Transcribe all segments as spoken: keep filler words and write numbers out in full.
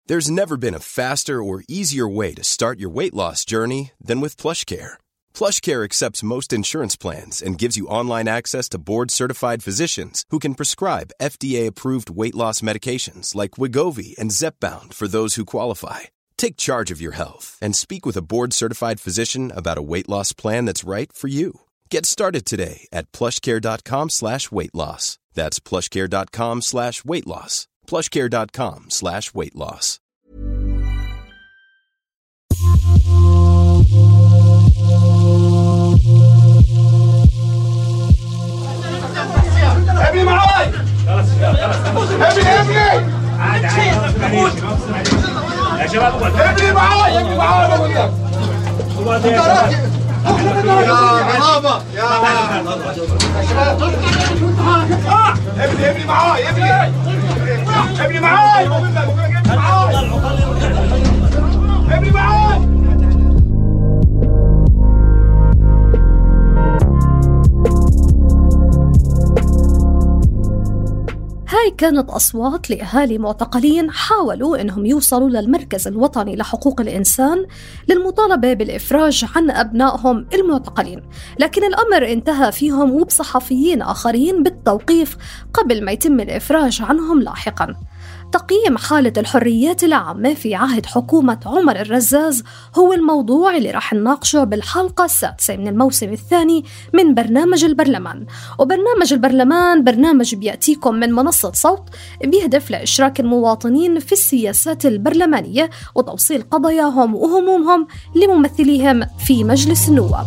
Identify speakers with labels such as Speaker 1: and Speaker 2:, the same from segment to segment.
Speaker 1: There's never been a faster or easier way to start your weight loss journey than with PlushCare. PlushCare accepts most insurance plans and gives you online access to board-certified physicians who can prescribe F D A-approved weight loss medications like Wegovy and Zepbound for those who qualify. Take charge of your health and speak with a board-certified physician about a weight loss plan that's right for you. Get started today at plushcare.com slash weight loss. That's plushcare.com slash weight loss. plushcare.com slash weight loss.
Speaker 2: ابني معاي ابني ابني يا شباب ابني معاي ابني معاي يا بابا يا ابني ابني معاي ابني ابني معاي ابني معاي.
Speaker 3: هاي كانت أصوات لأهالي معتقلين حاولوا أنهم يوصلوا للمركز الوطني لحقوق الإنسان للمطالبة بالإفراج عن أبنائهم المعتقلين، لكن الأمر انتهى فيهم وبصحفيين آخرين بالتوقيف قبل ما يتم الإفراج عنهم لاحقاً. تقييم حالة الحريات العامة في عهد حكومة عمر الرزاز هو الموضوع اللي راح نناقشه بالحلقة السادسة من الموسم الثاني من برنامج البرلمان. وبرنامج البرلمان برنامج بيأتيكم من منصة صوت بيهدف لإشراك المواطنين في السياسات البرلمانية وتوصيل قضاياهم وهمومهم لممثليهم في مجلس النواب.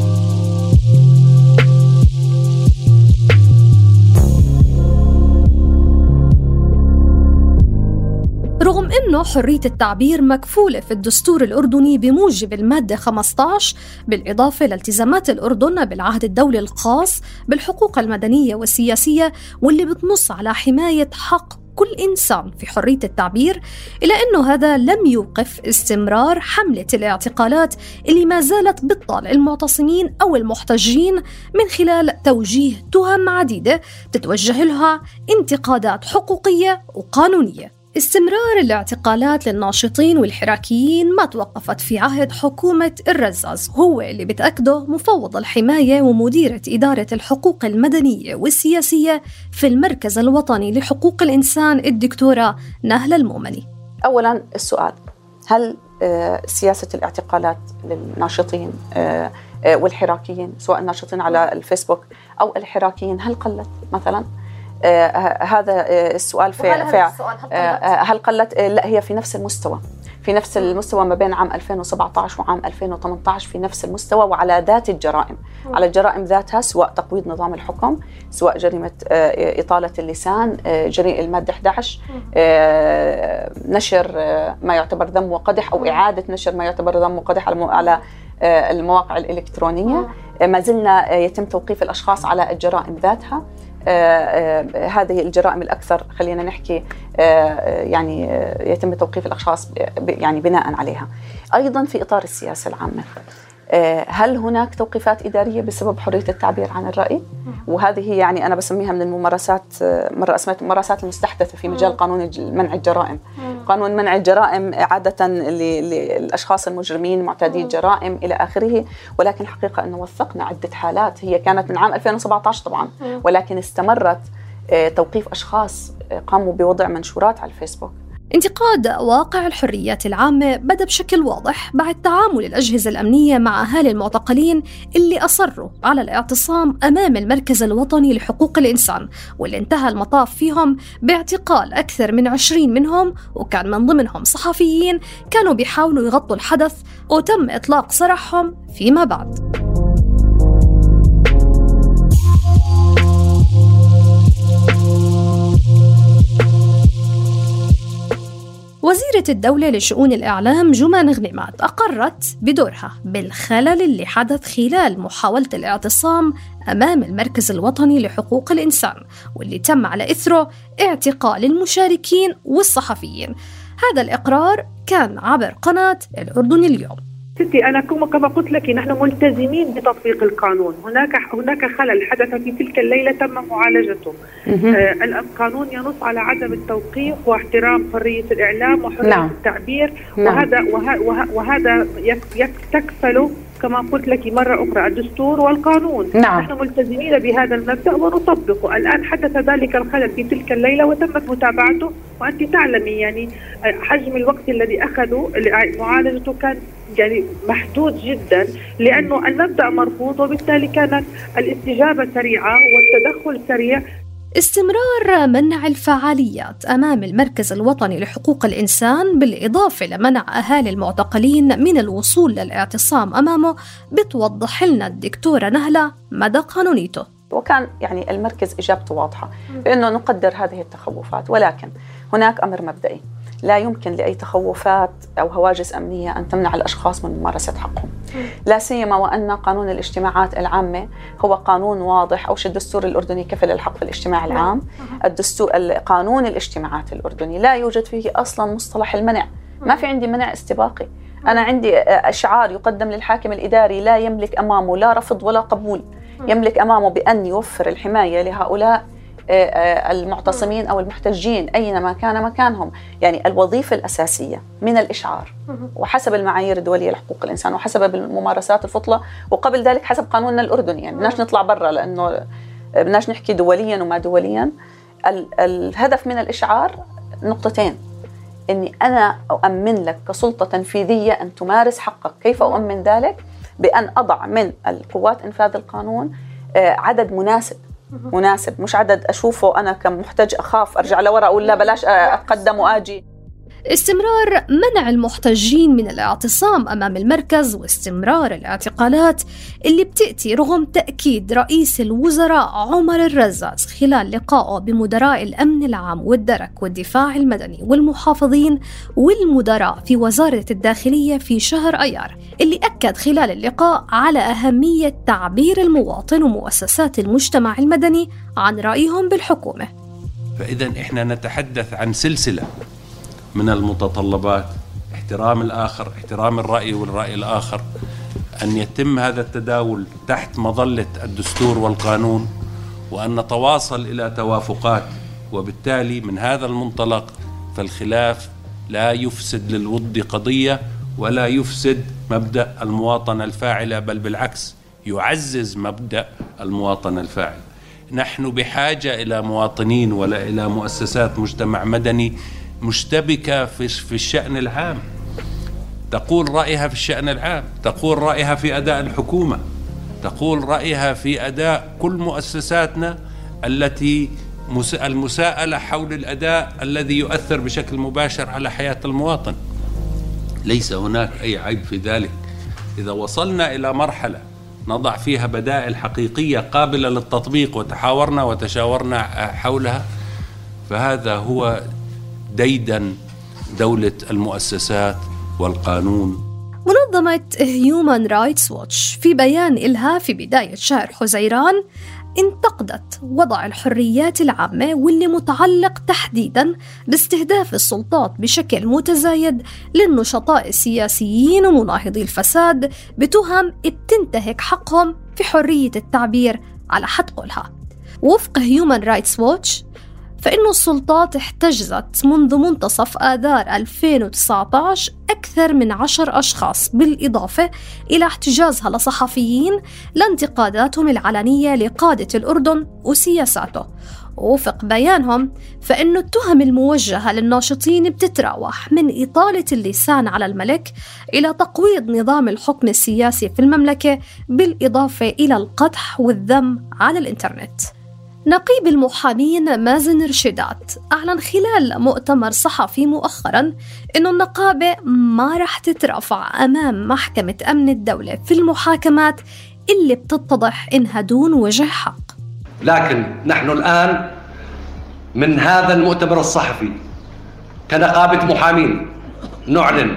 Speaker 3: رغم أنه حرية التعبير مكفولة في الدستور الأردني بموجب المادة خمسة عشر بالإضافة لالتزامات الأردن بالعهد الدولي الخاص بالحقوق المدنية والسياسية واللي بتنص على حماية حق كل إنسان في حرية التعبير، إلا أنه هذا لم يوقف استمرار حملة الاعتقالات اللي ما زالت بتطال المعتصمين أو المحتجين من خلال توجيه تهم عديدة تتوجه لها انتقادات حقوقية وقانونية. استمرار الاعتقالات للناشطين والحراكيين ما توقفت في عهد حكومة الرزاز، هو اللي بتأكده مفوض الحماية ومديرة إدارة الحقوق المدنية والسياسية في المركز الوطني لحقوق الإنسان الدكتورة نهلة المؤمني.
Speaker 4: أولاً السؤال، هل سياسة الاعتقالات للناشطين والحراكيين سواء الناشطين على الفيسبوك أو الحراكيين هل قلت مثلاً؟ آه هذا آه السؤال في, في آه هل قلت؟ آه لا، هي في نفس المستوى في نفس المستوى ما بين عام ألفين وسبعة عشر وعام ألفين وثمانية عشر في نفس المستوى، وعلى ذات الجرائم م. على الجرائم ذاتها، سواء تقويض نظام الحكم، سواء جريمة آه إطالة اللسان، آه جريمة المادة أحد عشر، آه نشر آه ما يعتبر ذم وقدح أو إعادة نشر ما يعتبر ذم وقدح على على آه المواقع الإلكترونية. آه ما زلنا آه يتم توقيف الأشخاص على الجرائم ذاتها. آه آه هذه الجرائم الأكثر خلينا نحكي آه يعني آه يتم توقيف الأشخاص يعني بناء عليها. أيضا في إطار السياسة العامة، آه هل هناك توقيفات إدارية بسبب حرية التعبير عن الرأي؟ وهذه يعني أنا بسميها من الممارسات مرة اسمها الممارسات المستحدثة في مجال قانون منع الجرائم. قانون منع الجرائم عادة للأشخاص المجرمين معتادي الجرائم إلى آخره، ولكن حقيقة أنه وثقنا عدة حالات هي كانت من عام ألفين وسبعة عشر طبعا، ولكن استمرت توقيف أشخاص قاموا بوضع منشورات على الفيسبوك.
Speaker 3: انتقاد واقع الحريات العامة بدأ بشكل واضح بعد تعامل الأجهزة الأمنية مع أهالي المعتقلين اللي أصروا على الاعتصام أمام المركز الوطني لحقوق الإنسان، واللي انتهى المطاف فيهم باعتقال أكثر من عشرين منهم، وكان من ضمنهم صحفيين كانوا بيحاولوا يغطوا الحدث، وتم إطلاق سراحهم فيما بعد. وزيرة الدولة لشؤون الإعلام جمان غنيمات أقرت بدورها بالخلل اللي حدث خلال محاولة الاعتصام أمام المركز الوطني لحقوق الإنسان، واللي تم على إثره اعتقال المشاركين والصحفيين. هذا الإقرار كان عبر قناة الأردن اليوم.
Speaker 5: ستي أنا كما قلت لك نحن ملتزمين بتطبيق القانون. هناك هناك خلل حدث في تلك الليلة تم معالجته. آه القانون ينص على عدم التوقيف واحترام حرية الإعلام وحرية نعم. التعبير نعم. وهذا وه وهذا تكفله كما قلت لك مرة أخرى الدستور والقانون. نعم. نحن ملتزمين بهذا المبدأ ونطبقه. الآن حدث ذلك الخلل في تلك الليلة وتمت متابعته، وأنت تعلمي يعني حجم الوقت الذي أخذوا معالجته كان يعني محدود جدا، لأنه المبدأ مرفوض وبالتالي كانت الاستجابة سريعة والتدخل سريع.
Speaker 3: استمرار منع الفعاليات أمام المركز الوطني لحقوق الإنسان بالإضافة لمنع أهالي المعتقلين من الوصول للاعتصام أمامه بتوضح لنا الدكتورة نهلة مدى قانونيته.
Speaker 4: وكان يعني المركز إجابته واضحة بأنه نقدر هذه التخوفات، ولكن هناك أمر مبدئي لا يمكن لأي تخوفات أو هواجس أمنية أن تمنع الأشخاص من ممارسة حقهم، لا سيما وأن قانون الاجتماعات العامة هو قانون واضح، أو الدستور الأردني كفل الحق في الاجتماع العام. الدستور قانون الاجتماعات الأردني لا يوجد فيه أصلا مصطلح المنع، ما في عندي منع استباقي. أنا عندي إشعار يقدم للحاكم الإداري لا يملك أمامه لا رفض ولا قبول، يملك أمامه بأن يوفر الحماية لهؤلاء المعتصمين أو المحتجين أينما كان مكانهم. يعني الوظيفة الأساسية من الإشعار وحسب المعايير الدولية لحقوق الإنسان وحسب الممارسات الفطلة، وقبل ذلك حسب قانوننا الأردني، يعني بدناش نطلع برا لأنه بدناش نحكي دوليا وما دوليا. الهدف من الإشعار نقطتين: أني أنا أؤمن لك كسلطة تنفيذية أن تمارس حقك. كيف أؤمن ذلك؟ بأن أضع من القوات إنفاذ القانون عدد مناسب مناسب مش عدد أشوفه أنا كمحتج أخاف أرجع لورا أقول لا بلاش أقدم وآجي.
Speaker 3: استمرار منع المحتجين من الاعتصام أمام المركز واستمرار الاعتقالات اللي بتأتي رغم تأكيد رئيس الوزراء عمر الرزاز خلال لقائه بمدراء الأمن العام والدرك والدفاع المدني والمحافظين والمدراء في وزارة الداخلية في شهر أيار، اللي أكد خلال اللقاء على أهمية تعبير المواطن ومؤسسات المجتمع المدني عن رأيهم بالحكومة.
Speaker 6: فإذا إحنا نتحدث عن سلسلة من المتطلبات: احترام الآخر، احترام الرأي والرأي الآخر، أن يتم هذا التداول تحت مظلة الدستور والقانون، وأن نتواصل إلى توافقات. وبالتالي من هذا المنطلق فالخلاف لا يفسد للود قضية ولا يفسد مبدأ المواطنة الفاعلة، بل بالعكس يعزز مبدأ المواطنة الفاعلة. نحن بحاجة إلى مواطنين ولا إلى مؤسسات مجتمع مدني مشتبكة في في الشأن العام، تقول رأيها في الشأن العام، تقول رأيها في أداء الحكومة، تقول رأيها في أداء كل مؤسساتنا التي المساءلة حول الأداء الذي يؤثر بشكل مباشر على حياة المواطن. ليس هناك أي عيب في ذلك. إذا وصلنا إلى مرحلة نضع فيها بدائل حقيقية قابلة للتطبيق وتحاورنا وتشاورنا حولها، فهذا هو ديدن دولة المؤسسات والقانون.
Speaker 3: منظمة هيومان رايتس ووتش في بيان إلها في بداية شهر حزيران انتقدت وضع الحريات العامة واللي متعلق تحديداً باستهداف السلطات بشكل متزايد للنشطاء السياسيين ومناهضي الفساد بتهم بتنتهك حقهم في حرية التعبير على حد قولها. وفق هيومان رايتس ووتش فإن السلطات احتجزت منذ منتصف آذار ألفين وتسعة عشر أكثر من عشر أشخاص، بالإضافة إلى احتجازها لصحفيين لانتقاداتهم العلنية لقادة الأردن وسياساته. وفق بيانهم فإن التهم الموجهة للناشطين بتتراوح من إطالة اللسان على الملك إلى تقويض نظام الحكم السياسي في المملكة، بالإضافة إلى القدح والذم على الإنترنت. نقيب المحامين مازن رشيدات أعلن خلال مؤتمر صحفي مؤخراً إنه النقابة ما رح تترافع أمام محكمة أمن الدولة في المحاكمات اللي بتتضح إنها دون وجه حق.
Speaker 7: لكن نحن الآن من هذا المؤتمر الصحفي كنقابة محامين نعلن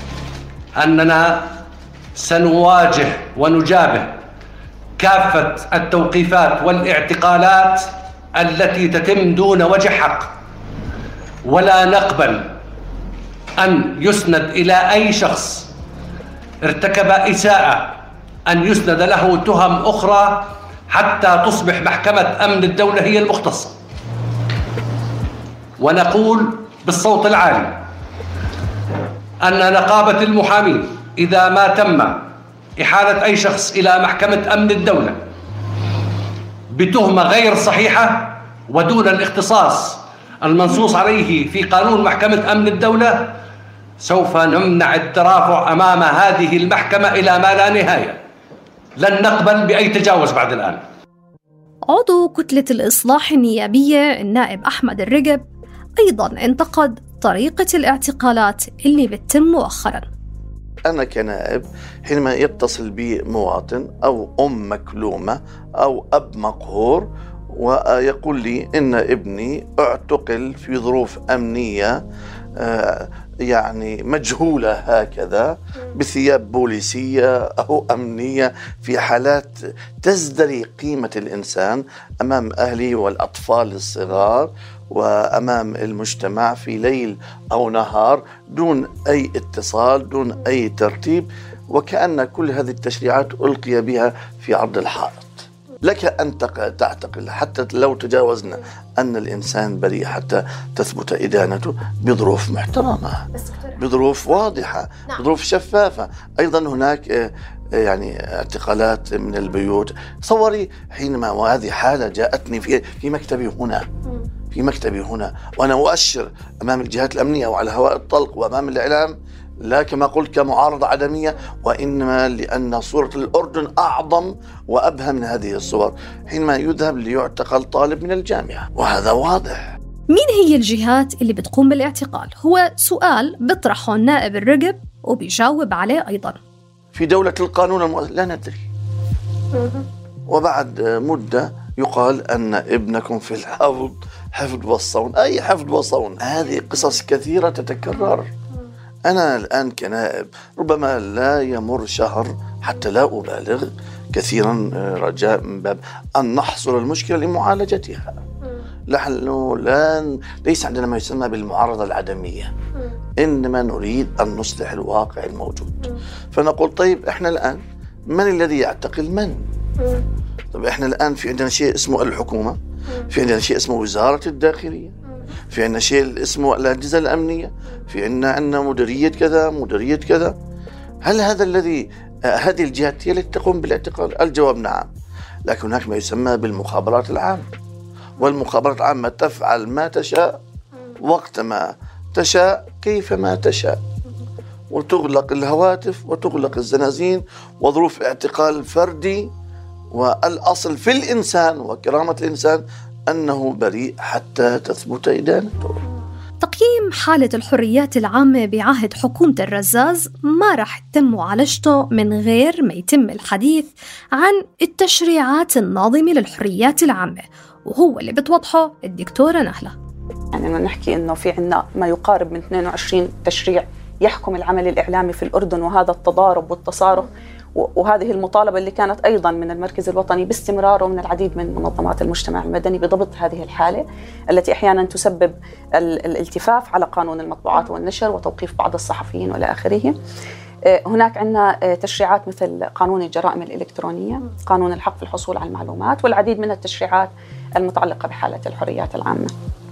Speaker 7: أننا سنواجه ونجابه كافة التوقيفات والاعتقالات التي تتم دون وجه حق، ولا نقبل أن يسند إلى أي شخص ارتكب إساءة أن يسند له تهم أخرى حتى تصبح محكمة أمن الدولة هي المختصة. ونقول بالصوت العالي أن نقابة المحامين إذا ما تم إحالة أي شخص إلى محكمة أمن الدولة بتهمة غير صحيحة ودون الاختصاص المنصوص عليه في قانون محكمة أمن الدولة، سوف نمنع الترافع أمام هذه المحكمة إلى ما لا نهاية. لن نقبل بأي تجاوز بعد الآن.
Speaker 3: عضو كتلة الإصلاح النيابية النائب أحمد الرقب أيضاً انتقد طريقة الاعتقالات اللي بتتم مؤخراً.
Speaker 8: أنا كنائب حينما يتصل بي مواطن أو أم مكلومة أو أب مقهور ويقول لي إن ابني اعتقل في ظروف أمنية يعني مجهولة هكذا بثياب بوليسية أو أمنية، في حالات تزدري قيمة الإنسان أمام أهله والأطفال الصغار وأمام المجتمع في ليل أو نهار دون أي اتصال دون أي ترتيب، وكأن كل هذه التشريعات ألقي بها في عرض الحائط. لك أن تعتقل حتى لو تجاوزنا أن الإنسان بريء حتى تثبت إدانته بظروف محترمة، بظروف واضحة، بظروف شفافة. أيضا هناك يعني اعتقالات من البيوت. تصوري حينما وهذه حالة جاءتني في في مكتبي هنا في مكتبي هنا وأنا أؤشر أمام الجهات الأمنية وعلى هواء الطلق وأمام الإعلام، لا كما قلت كمعارضة عدمية، وإنما لأن صورة الأردن أعظم وأبهى من هذه الصور. حينما يذهب ليعتقل طالب من الجامعة، وهذا واضح.
Speaker 3: مين هي الجهات اللي بتقوم بالاعتقال؟ هو سؤال بيطرحه النائب الرقب وبيجاوب عليه أيضا.
Speaker 8: في دولة القانون المؤسس لا ندري، وبعد مدة يقال أن ابنكم في الحفظ حفظ والصون. أي حفظ وصون؟ هذه قصص كثيرة تتكرر. أنا الآن كنائب ربما لا يمر شهر حتى لا أبالغ كثيرا رجاء من باب أن نحصر المشكلة لمعالجتها. نحن لا ليس عندنا ما يسمى بالمعارضة العدمية، إنما نريد أن نصلح الواقع الموجود. فنقول طيب إحنا الآن من الذي يعتقل من؟ طيب إحنا الآن في عندنا شيء اسمه الحكومة، في عندنا شيء اسمه وزارة الداخلية، في عندنا شيء اسمه الأجهزة الأمنية، في عندنا عندنا مديرية كذا مديرية كذا. هل هذا الذي هذه الجهات هي التي تقوم بالاعتقال؟ الجواب نعم، لكن هناك ما يسمى بالمخابرات العامة، والمخابرات العامة تفعل ما تشاء وقت ما تشاء كيف ما تشاء، وتغلق الهواتف وتغلق الزنازين، وظروف اعتقال فردي، والأصل في الإنسان وكرامة الإنسان أنه بريء حتى تثبت إدانته.
Speaker 3: تقييم حالة الحريات العامة بعهد حكومة الرزاز ما رح يتم معالجته من غير ما يتم الحديث عن التشريعات الناظمة للحريات العامة، وهو اللي بتوضحه الدكتورة نهلة.
Speaker 4: يعني لما نحكي إنه في عنا ما يقارب من اثنين وعشرين تشريع يحكم العمل الإعلامي في الأردن، وهذا التضارب والتصارف وهذه المطالبة اللي كانت أيضا من المركز الوطني باستمرار ومن العديد من منظمات المجتمع المدني بضبط هذه الحالة التي أحيانا تسبب الالتفاف على قانون المطبوعات والنشر وتوقيف بعض الصحفيين وإلى آخره. هناك عندنا تشريعات مثل قانون الجرائم الإلكترونية، قانون الحق في الحصول على المعلومات، والعديد من التشريعات المتعلقة بحالة الحريات العامة.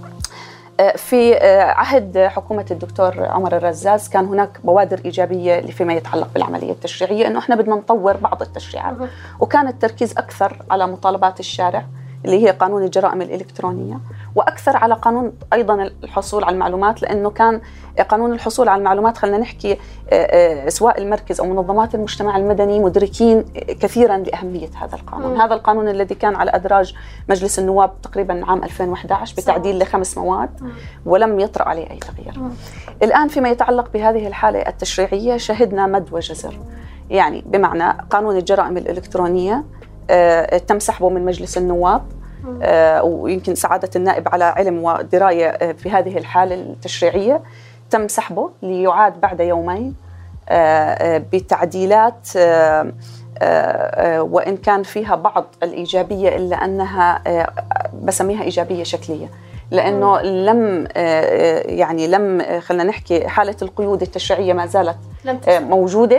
Speaker 4: في عهد حكومة الدكتور عمر الرزاز كان هناك بوادر إيجابية فيما يتعلق بالعملية التشريعية، إنه إحنا بدنا نطور بعض التشريعات، وكان التركيز أكثر على مطالبات الشارع اللي هي قانون الجرائم الإلكترونية، وأكثر على قانون أيضا الحصول على المعلومات، لأنه كان قانون الحصول على المعلومات خلينا نحكي سواء المركز أو منظمات المجتمع المدني مدركين كثيرا لأهمية هذا القانون. م. هذا القانون الذي كان على أدراج مجلس النواب تقريبا عام ألفين وإحدى عشر بتعديل لخمس مواد ولم يطرأ عليه أي تغيير. م. الآن فيما يتعلق بهذه الحالة التشريعية شهدنا مد وجزر، يعني بمعنى قانون الجرائم الإلكترونية آه تم سحبه من مجلس النواب، آه ويمكن سعادة النائب على علم ودراية آه في هذه الحالة التشريعية، تم سحبه ليعاد بعد يومين آه آه بتعديلات آه آه وإن كان فيها بعض الإيجابية إلا أنها آه بسميها إيجابية شكلية، لأنه لم آه يعني لم خلنا نحكي حالة القيود التشريعية ما زالت آه موجودة،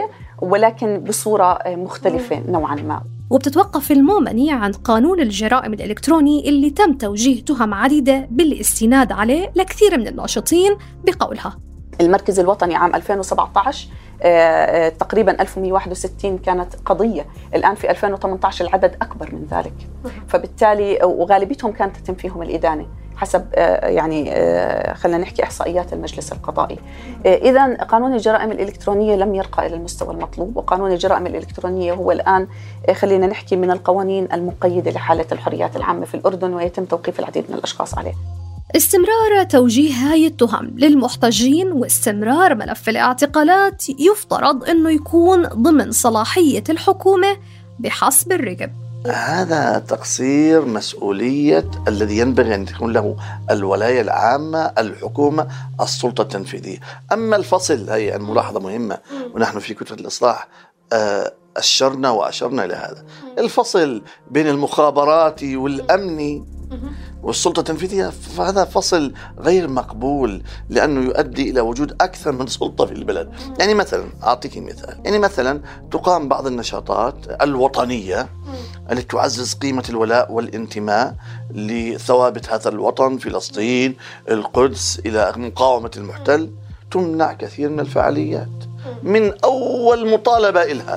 Speaker 4: ولكن بصورة مختلفة نوعا ما.
Speaker 3: وبتتوقف المومني عن قانون الجرائم الإلكتروني اللي تم توجيه تهم عديدة بالاستناد عليه لكثير من الناشطين بقولها:
Speaker 4: المركز الوطني عام ألفين وسبعة عشر آه تقريبا ألف ومئة وواحد وستين كانت قضية، الآن في ألفين وثمانية عشر العدد أكبر من ذلك، فبالتالي وغالبيتهم كانت تتم فيهم الإدانة حسب آه يعني آه خلينا نحكي إحصائيات المجلس القضائي. آه إذن قانون الجرائم الإلكترونية لم يرقى إلى المستوى المطلوب، وقانون الجرائم الإلكترونية هو الآن آه خلينا نحكي من القوانين المقيدة لحالة الحريات العامة في الأردن، ويتم توقيف العديد من الأشخاص عليه.
Speaker 3: استمرار توجيه هاي التهم للمحتجين واستمرار ملف الاعتقالات يفترض أنه يكون ضمن صلاحية الحكومة بحسب الرقب.
Speaker 8: هذا تقصير مسؤولية الذي ينبغي أن تكون له الولاية العامة، الحكومة، السلطة التنفيذية. أما الفصل، هي الملاحظة مهمة ونحن في كتلة الإصلاح آه أشرنا وأشرنا إلى هذا الفصل بين المخابرات والأمن والسلطة التنفيذية، فهذا فصل غير مقبول لأنه يؤدي إلى وجود أكثر من سلطة في البلد. يعني مثلا أعطيك مثال، يعني مثلا تقام بعض النشاطات الوطنية التي تعزز قيمة الولاء والانتماء لثوابت هذا الوطن، فلسطين، القدس، إلى مقاومة المحتل، تمنع كثير من الفعاليات من أول مطالبة إلها.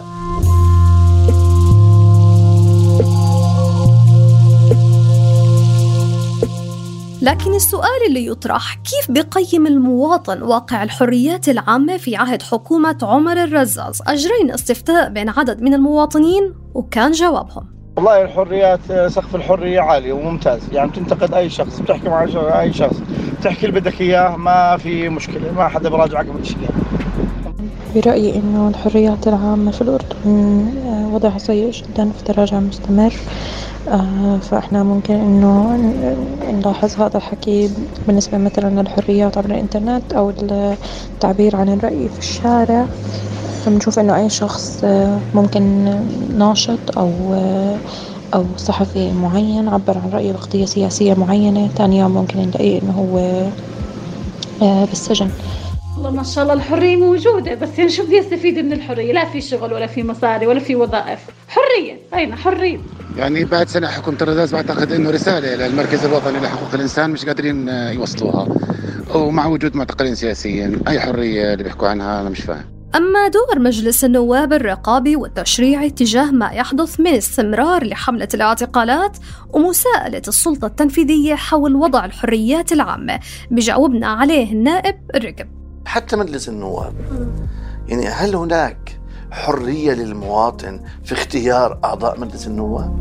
Speaker 3: لكن السؤال اللي يطرح: كيف بقيم المواطن واقع الحريات العامة في عهد حكومة عمر الرزاز؟ أجرينا استفتاء بين عدد من المواطنين وكان جوابهم:
Speaker 9: والله الحريات، سقف الحرية عالي وممتاز، يعني بتنتقد أي شخص، بتحكي مع أي شخص، بتحكي اللي بدك إياه، ما في مشكلة، ما حدا براجعك بالشيء.
Speaker 10: برأيي إنه الحريات العامة في الأردن وضعها سيء جدا، في تراجع مستمر، فإحنا ممكن إنه نلاحظ هذا الحكي بالنسبة مثلا للحريات عبر الإنترنت أو التعبير عن الرأي في الشارع. فبنشوف إنه أي شخص ممكن ناشط أو أو صحفي معين عبر عن رأيه بقضية سياسية معينة، ثاني يوم ممكن نلاقيه إنه هو بالسجن.
Speaker 11: والله ما شاء الله الحرية موجودة، بس يعني شو بدي استفيد من الحرية؟ لا في شغل ولا في مصاري ولا في وظائف. حرية أين حرية؟
Speaker 12: يعني بعد سنة حكومة الرزاز بعتقد إنه رسالة للمركز الوطني لحقوق الإنسان مش قادرين يوصلوها، ومع وجود معتقلين سياسيين أي حرية اللي بيحكوا عنها أنا مش فاهم.
Speaker 3: أما دور مجلس النواب الرقابي والتشريعي تجاه ما يحدث من استمرار لحملة الاعتقالات ومساءلة السلطة التنفيذية حول وضع الحريات العامة، بجاوبنا عليه النائب الرقب.
Speaker 8: حتى مجلس النواب، يعني هل هناك حرية للمواطن في اختيار أعضاء مجلس النواب؟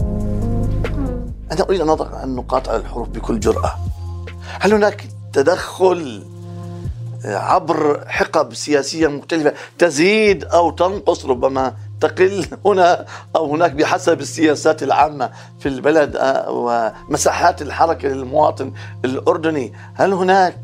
Speaker 8: أنا أريد أن أضع النقاط على الحروف بكل جرأة. هل هناك تدخل عبر حقب سياسية مختلفة تزيد أو تنقص، ربما تقل هنا أو هناك بحسب السياسات العامة في البلد ومساحات الحركة للمواطن الأردني؟ هل هناك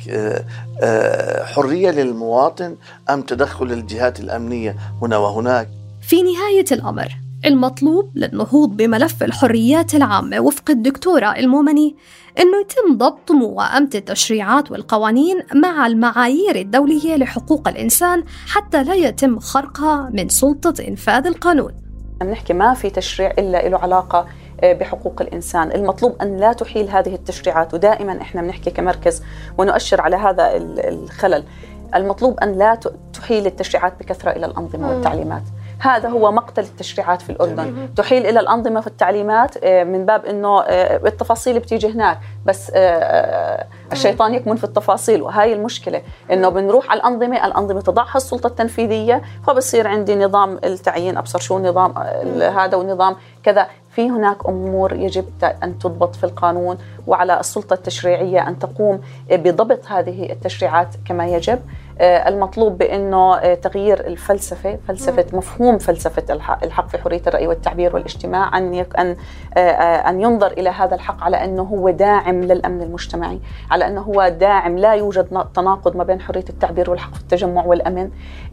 Speaker 8: حرية للمواطن أم تدخل الجهات الأمنية هنا وهناك؟
Speaker 3: في نهاية الأمر المطلوب للنهوض بملف الحريات العامة وفق الدكتورة المومني أنه يتم ضبط موائمة التشريعات والقوانين مع المعايير الدولية لحقوق الإنسان حتى لا يتم خرقها من سلطة إنفاذ القانون.
Speaker 4: نحكي ما في تشريع إلا له علاقة بحقوق الإنسان، المطلوب أن لا تحيل هذه التشريعات، ودائما إحنا بنحكي كمركز ونؤشر على هذا الخلل. المطلوب أن لا تحيل التشريعات بكثرة إلى الأنظمة والتعليمات. هذا هو مقتل التشريعات في الأردن، تحيل إلى الأنظمة في التعليمات من باب أنه التفاصيل بتيجي هناك، بس الشيطان يكمن في التفاصيل، وهاي المشكلة أنه بنروح على الأنظمة، الأنظمة تضعها السلطة التنفيذية، فبصير عندي نظام التعيين، أبصر شو نظام هذا ونظام كذا. في هناك أمور يجب أن تضبط في القانون، وعلى السلطة التشريعية أن تقوم بضبط هذه التشريعات كما يجب. المطلوب بأنه تغيير الفلسفة، فلسفة مفهوم فلسفة الحق, الحق في حرية الرأي والتعبير والاجتماع، أن أن أن ينظر إلى هذا الحق على أنه هو داعم للأمن المجتمعي، على أنه هو داعم، لا يوجد تناقض ما بين حرية التعبير والحق في التجمع والأمن.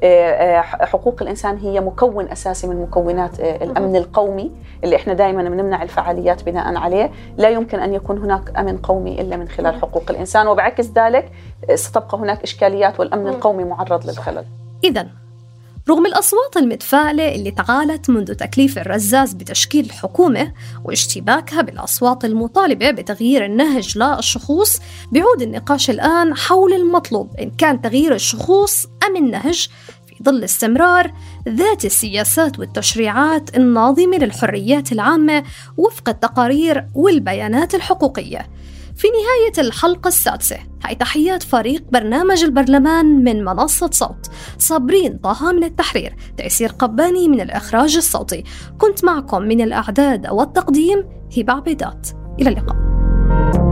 Speaker 4: حقوق الإنسان هي مكون أساسي من مكونات الأمن القومي اللي إحنا دائما بنمنع الفعاليات بناء عليه. لا يمكن أن يكون هناك أمن قومي إلا من خلال حقوق الإنسان، وبعكس ذلك ستبقى هناك إشكاليات والأمن القومي معرض للخلل.
Speaker 3: إذن رغم الأصوات المتفائلة اللي تعالت منذ تكليف الرزاز بتشكيل الحكومة واشتباكها بالأصوات المطالبة بتغيير النهج للشخوص، بيعود النقاش الآن حول المطلوب إن كان تغيير الشخوص أم النهج، في ظل استمرار ذات السياسات والتشريعات الناظمة للحريات العامة وفق التقارير والبيانات الحقوقية. في نهاية الحلقة السادسة، هاي تحيات فريق برنامج البرلمان من منصة صوت، صابرين طه من التحرير، تيسير قباني من الإخراج الصوتي. كنت معكم من الإعداد والتقديم هبة عبيدات. إلى اللقاء.